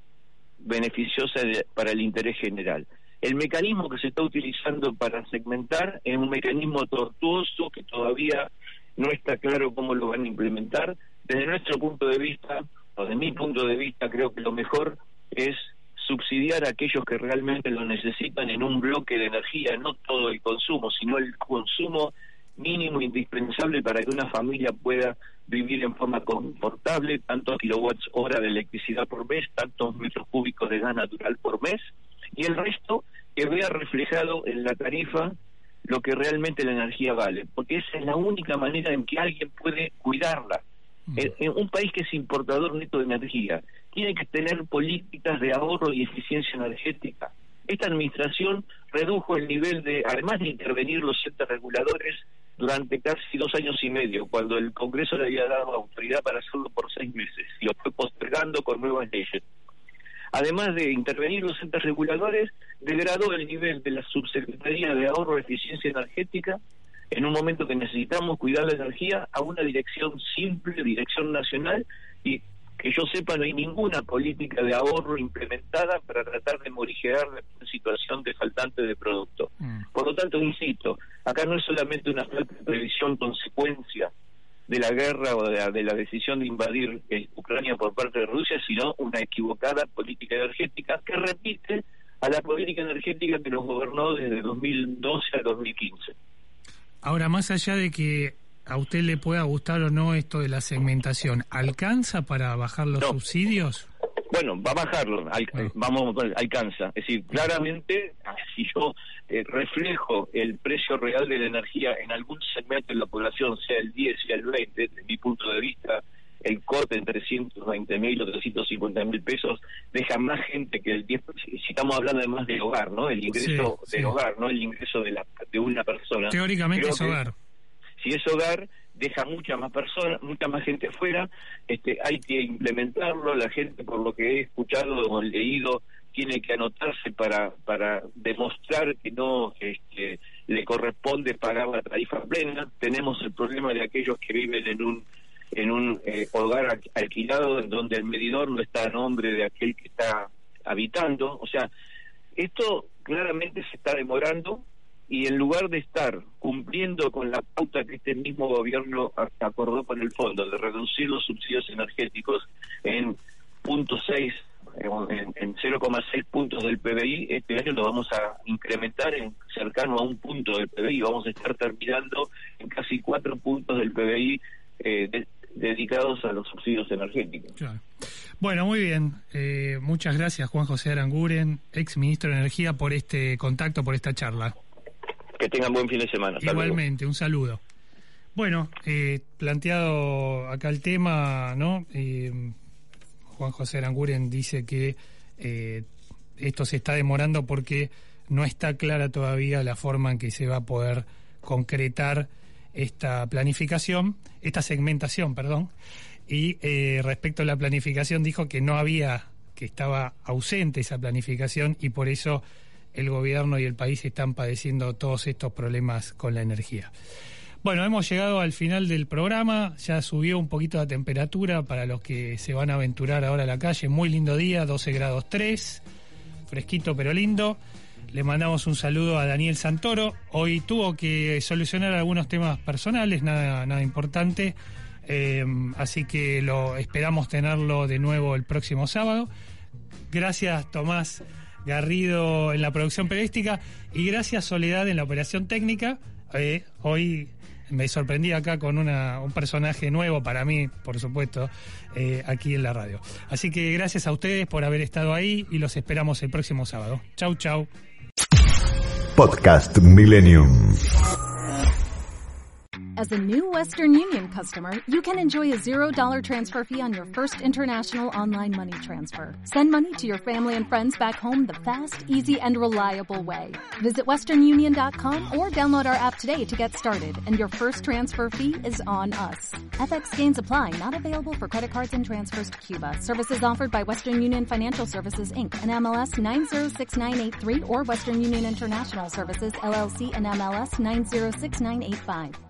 beneficiosa de, para el interés general. El mecanismo que se está utilizando para segmentar es un mecanismo tortuoso que todavía no está claro cómo lo van a implementar. Desde nuestro punto de vista, o de mi punto de vista, creo que lo mejor es subsidiar a aquellos que realmente lo necesitan en un bloque de energía, no todo el consumo, sino el consumo mínimo indispensable para que una familia pueda vivir en forma confortable, tantos kilowatts hora de electricidad por mes, tantos metros cúbicos de gas natural por mes, y el resto que vea reflejado en la tarifa lo que realmente la energía vale, porque esa es la única manera en que alguien puede cuidarla. Mm. En, en un país que es importador neto de energía, tiene que tener políticas de ahorro y eficiencia energética. Esta administración redujo el nivel de, además de intervenir los entes reguladores durante casi dos años y medio, cuando el Congreso le había dado autoridad para hacerlo por seis meses, y lo fue postergando con nuevas leyes. Además de intervenir los entes reguladores, degradó el nivel de la Subsecretaría de Ahorro y Eficiencia Energética, en un momento que necesitamos cuidar la energía, a una dirección simple, dirección nacional, y que yo sepa no hay ninguna política de ahorro implementada para tratar de morigerar la situación de faltante de producto. Mm. Por lo tanto, insisto, acá no es solamente una falta de previsión consecuencia de la guerra o de la, de la decisión de invadir eh, Ucrania por parte de Rusia, sino una equivocada política energética que repite a la política energética que nos gobernó desde dos mil doce a dos mil quince. Ahora, más allá de que a usted le pueda gustar o no esto de la segmentación, ¿alcanza para bajar los no. subsidios? Bueno, va a bajarlo, al, ah. vamos, alcanza. Es decir, claramente, si yo eh, reflejo el precio real de la energía en algún segmento de la población, sea el diez, sea el veinte, desde mi punto de vista, el corte en trescientos veinte mil o trescientos cincuenta mil pesos deja más gente que el diez por ciento. Si estamos hablando además del hogar, ¿no? El ingreso sí, del sí. hogar, no el ingreso de, la, de una persona. Teóricamente Creo es hogar. Si es hogar, deja mucha más personas, mucha más gente afuera. Este, hay que implementarlo. La gente, por lo que he escuchado o leído, tiene que anotarse para para demostrar que no este, le corresponde pagar la tarifa plena. Tenemos el problema de aquellos que viven en un en un eh, hogar alquilado en donde el medidor no está a nombre de aquel que está habitando. O sea, esto claramente se está demorando, y en lugar de estar cumpliendo con la pauta que este mismo gobierno acordó con el fondo de reducir los subsidios energéticos en punto seis, en, en cero coma seis puntos del P B I, este año lo vamos a incrementar en cercano a un punto del P B I. Vamos a estar terminando en casi cuatro puntos del P B I eh, de, dedicados a los subsidios energéticos. Claro. Bueno, muy bien. Eh, muchas gracias, Juan José Aranguren, ex ministro de Energía, por este contacto, por esta charla. Que tengan buen fin de semana. Hasta Igualmente, luego. Un saludo. Bueno, eh, planteado acá el tema, ¿no? Eh, Juan José Aranguren dice que eh, esto se está demorando porque no está clara todavía la forma en que se va a poder concretar esta planificación, esta segmentación, perdón. Y eh, respecto a la planificación dijo que no había, que estaba ausente esa planificación, y por eso el gobierno y el país están padeciendo todos estos problemas con la energía. Bueno, hemos llegado al final del programa, ya subió un poquito la temperatura para los que se van a aventurar ahora a la calle. Muy lindo día, doce grados tres, fresquito pero lindo. Le mandamos un saludo a Daniel Santoro. Hoy tuvo que solucionar algunos temas personales, nada, nada importante, eh, así que lo esperamos tenerlo de nuevo el próximo sábado. Gracias, Tomás Garrido en la producción periodística, y gracias, Soledad, en la operación técnica. Eh, hoy me sorprendí acá con una, un personaje nuevo para mí, por supuesto, eh, aquí en la radio. Así que gracias a ustedes por haber estado ahí, y los esperamos el próximo sábado. Chau, chau. Podcast Millennium. As a new Western Union customer, you can enjoy a zero dollar transfer fee on your first international online money transfer. Send money to your family and friends back home the fast, easy, and reliable way. Visit western union dot com or download our app today to get started, and your first transfer fee is on us. F X gains apply, not available for credit cards and transfers to Cuba. Services offered by Western Union Financial Services, Incorporated, and M L S nine zero six nine eight three, or Western Union International Services, L L C, and M L S nine zero six nine eight five.